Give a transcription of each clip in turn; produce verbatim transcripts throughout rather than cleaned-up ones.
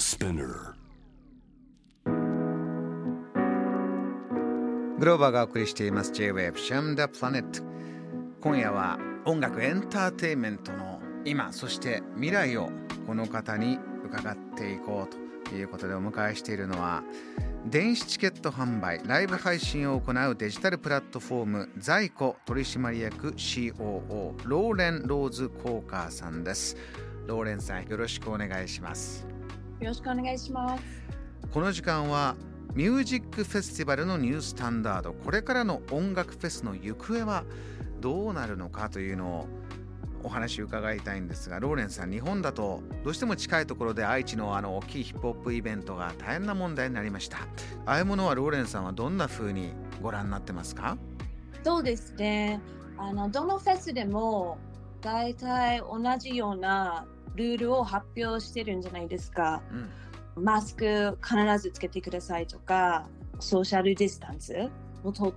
Spinner グローバーがお送りしています J-Wave Sham the Planet。 今夜は音楽エンターテインメントの今そして未来をこの方に伺っていこうということでお迎えしているのは、電子チケット販売ライブ配信を行うデジタルプラットフォーム在庫取締役 シーオーオー ローレン・ローズ・コーカーさんです。ローレンさん、よろしくお願いします。 よろしくお願いします。 この時間はミュージックフェスティバルのニュースタンダード、これからの音楽フェスの行方はどうなるのかというのをお話を伺いたいんですが、ローレンさん、日本だとどうしても近いところで愛知のあの大きいヒップホップイベントが大変な問題になりました。ああいうものはローレンさんはどんな風にご覧になってますか？ そうですね、あのどのフェスでもだいたい同じようなルールを発表してるんじゃないですか、うん、マスク必ずつけてくださいとか、ソーシャルディスタンスをとって、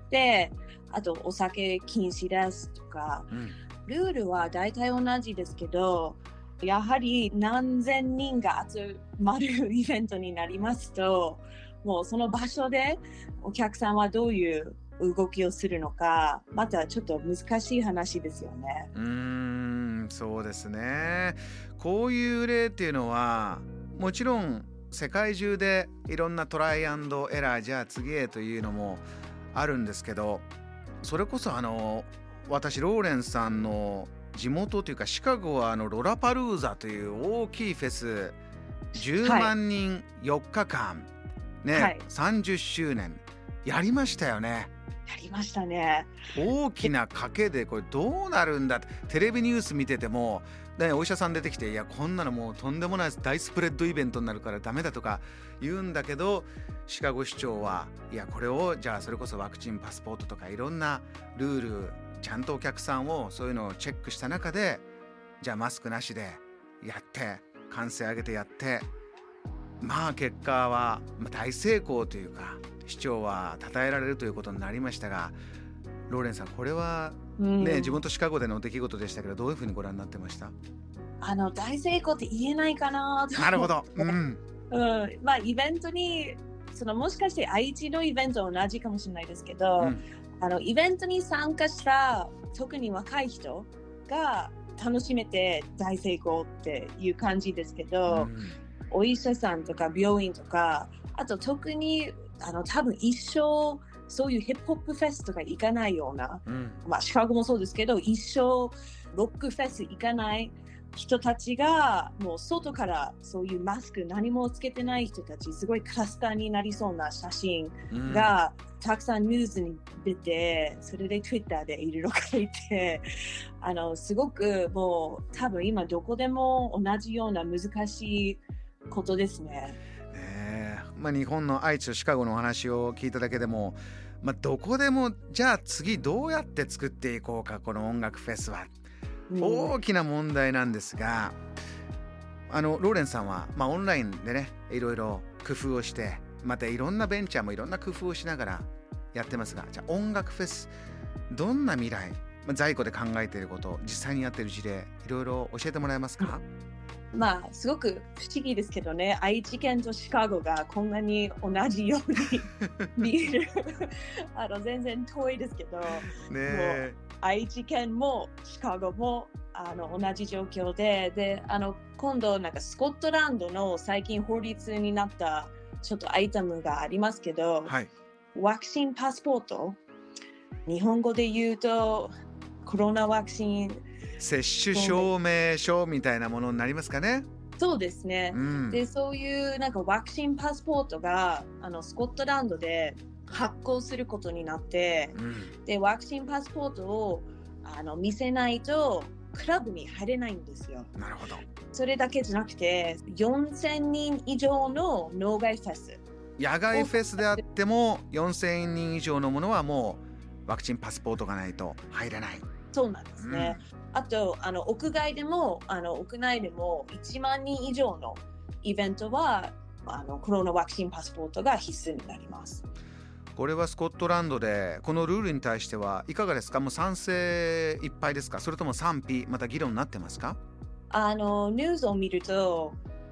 あとお酒禁止ですとか、うん、ルールはだいたい同じですけど、やはり何千人が集まるイベントになりますと、もうその場所でお客さんはどういう動きをするのか、またちょっと難しい話ですよね。 うーん、そうですね。こういう例っていうのはもちろん世界中でいろんなトライアンドエラー、じゃあ次へというのもあるんですけど、それこそあの私ローレンさんの地元というかシカゴはあのロラパルーザという大きいフェス、じゅうまんにんよっかかん、ね、はい、さんじゅっしゅうねんやりましたよね。 やりましたね。 大きな賭けでこれどうなるんだってテレビニュース見てても、ね、お医者さん出てきて、いやこんなのもうとんでもない大スプレッドイベントになるからダメだとか言うんだけど、シカゴ市長はいやこれをじゃあそれこそワクチンパスポートとかいろんなルール、ちゃんとお客さんをそういうのをチェックした中で、じゃあマスクなしでやって歓声上げてやって、まあ結果は大成功というか市長は称えられるということになりましたが、ローレンさん、これはね、地元シカゴでの出来事でしたけど、どういうふうにご覧になってました？ あの大成功って言えないかなと。 なるほど、うん、 うん、まあイベントにそのもしかして愛知のイベントは同じかもしれないですけど、うん、あのイベントに参加した特に若い人が楽しめて大成功っていう感じですけど、うん、お医者さんとか病院とか、あと特にあの多分一生そういうヒップホップフェスとか行かないような、うん、まあシカゴもそうですけど、一生ロックフェス行かない人たちがもう外からそういうマスク何もつけてない人たち、すごいクラスターになりそうな写真がたくさんニュースに出て、それで Twitter でいろいろ書いて、あのすごくもう多分今どこでも同じような難しいことですね。 まあ、日本の愛知とシカゴのお話を聞いただけでも、まあ、どこでもじゃあ次どうやって作っていこうか、この音楽フェスは、うん、大きな問題なんですが、あのローレンさんは、まあ、オンラインでねいろいろ工夫をして、またいろんなベンチャーもいろんな工夫をしながらやってますが、じゃあ音楽フェスどんな未来、まあ、在庫で考えていること、実際にやっている事例いろいろ教えてもらえますか？ まあすごく不思議ですけどね、愛知県とシカゴがこんなに同じように見えるあの全然遠いですけど、ね、もう愛知県もシカゴもあの同じ状況で、であの今度なんかスコットランドの最近法律になったちょっとアイテムがありますけど、はい、ワクチンパスポート、日本語で言うとコロナワクチン接種証明書みたいなものになりますかね。 そうですね、うん、でそういうなんかワクチンパスポートがあのスコットランドで発行することになって、うん、でワクチンパスポートをあの見せないとクラブに入れないんですよ。 なるほど。 それだけじゃなくてよんせんにん以上の農外フェス、 野外フェスであってもよんせんにん以上のものはもうワクチンパスポートがないと入れない。 そうなんですね、うん、あとあの屋外でもあの屋内でもいちまんにん以上のイベントはあのコロナワクチンパスポートが必須になります。 これはスコットランドでこのルールに対してはいかがですか？もう賛成いっぱいですか？それとも賛否また議論になってますか？ あのニュースを見ると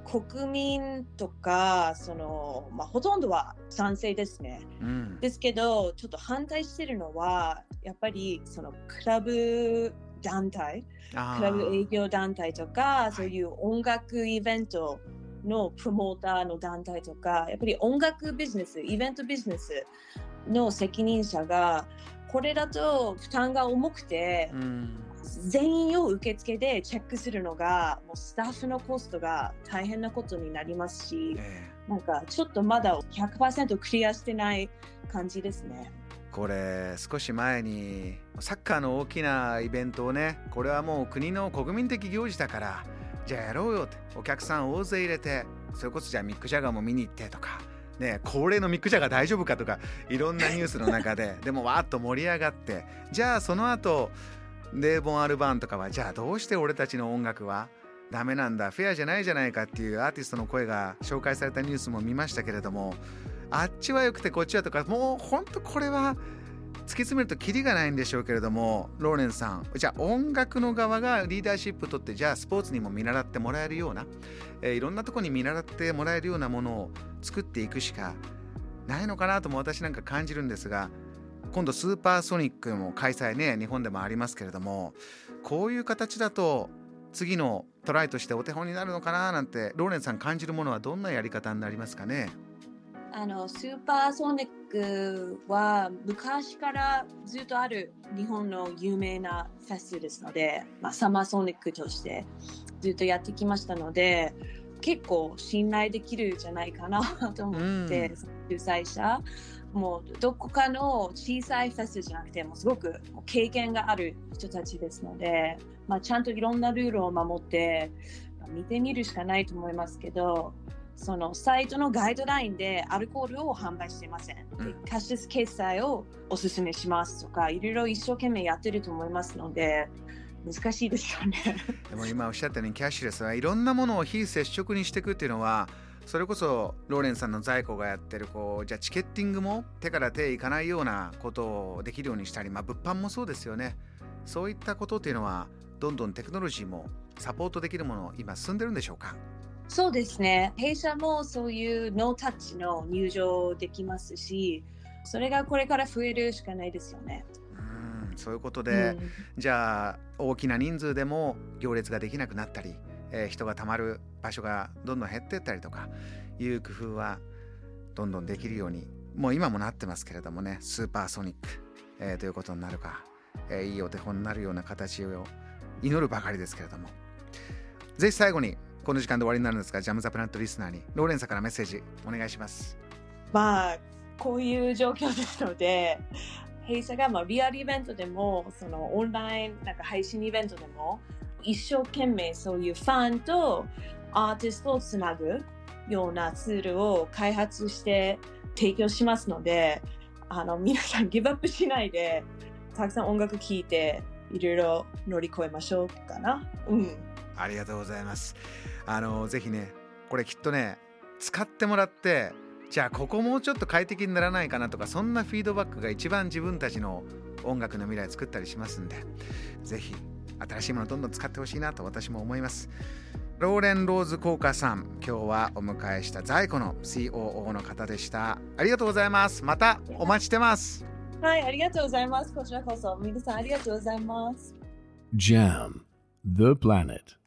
国民とかその、まあ、ほとんどは賛成ですね、うん、ですけどちょっと反対してるのはやっぱりそのクラブ団体クラブ営業団体とかそういう音楽イベントのプロモーターの団体とかやっぱり音楽ビジネスイベントビジネスの責任者がこれだと負担が重くて、うん、全員を受付でチェックするのがもうスタッフのコストが大変なことになりますし、えー、なんかちょっとまだ ひゃくパーセント クリアしてない感じですね。 これ少し前にサッカーの大きなイベントをねこれはもう国の国民的行事だからじゃあやろうよってお客さん大勢入れてそれこそじゃあミック・ジャガーも見に行ってとかね、高齢のミック・ジャガー大丈夫かとかいろんなニュースの中ででもわーっと盛り上がってじゃあその後デーボン・アルバーンとかはじゃあどうして俺たちの音楽はダメなんだフェアじゃないじゃないかっていうアーティストの声が紹介されたニュースも見ましたけれどもあっちはよくてこっちはとかもう本当これは突き詰めるとキリがないんでしょうけれどもローレンさんじゃあ音楽の側がリーダーシップ取ってじゃあスポーツにも見習ってもらえるような、えー、いろんなところに見習ってもらえるようなものを作っていくしかないのかなとも私なんか感じるんですが今度スーパーソニックも開催ね日本でもありますけれどもこういう形だと次のトライとしてお手本になるのかななんてローレンさん感じるものはどんなやり方になりますかね。 あのスーパーソニックは昔からずっとある日本の有名なフェスですので、まあ、サマーソニックとしてずっとやってきましたので結構信頼できるんじゃないかなと思って、うん、主催者もうどこかの小さいフェスじゃなくてもうすごく経験がある人たちですので、まあ、ちゃんといろんなルールを守って、まあ、見てみるしかないと思いますけどそのサイトのガイドラインでアルコールを販売していません、うん、キャッシュレス決済をおすすめしますとかいろいろ一生懸命やってると思いますので難しいですよねでも今おっしゃったようにキャッシュレスはいろんなものを非接触にしていくっていうのはそれこそローレンさんの在庫がやってるこうじゃあチケッティングも手から手いかないようなことをできるようにしたり、まあ、物販もそうですよね。そういったことっていうのはどんどんテクノロジーもサポートできるもの今進んでるんでしょうか。 そうですね。弊社もそういうノータッチの入場できますしそれがこれから増えるしかないですよね。 うんそういうことで、うん、じゃあ大きな人数でも行列ができなくなったり、えー、人がたまる場所がどんどん減っていったりとかいう工夫はどんどんできるようにもう今もなってますけれどもねスーパーソニック、えー、ということになるか、えー、いいお手本になるような形を祈るばかりですけれどもぜひ最後にこの時間で終わりになるんですがジャムザプラネットリスナーにローレンさんからメッセージお願いします。 まあこういう状況ですので弊社がまあリアルイベントでもそのオンラインなんか配信イベントでも一生懸命そういうファンとアーティストをつなぐようなツールを開発して提供しますのであの皆さんギブアップしないでたくさん音楽聴いていろいろ乗り越えましょうかな。うんありがとうございます。あのぜひねこれきっとね使ってもらってじゃあここもうちょっと快適にならないかなとかそんなフィードバックが一番自分たちの音楽の未来を作ったりしますんでぜひ新しいものをどんどん使ってほしいなと私も思います。ローレン・ローズ・コーカーさん今日はお迎えした在庫の シーオーオー の方でした。ありがとうございます。またお待ちしてます。 はいありがとうございます。こちらこそ皆さんありがとうございます。 ジャム The Planet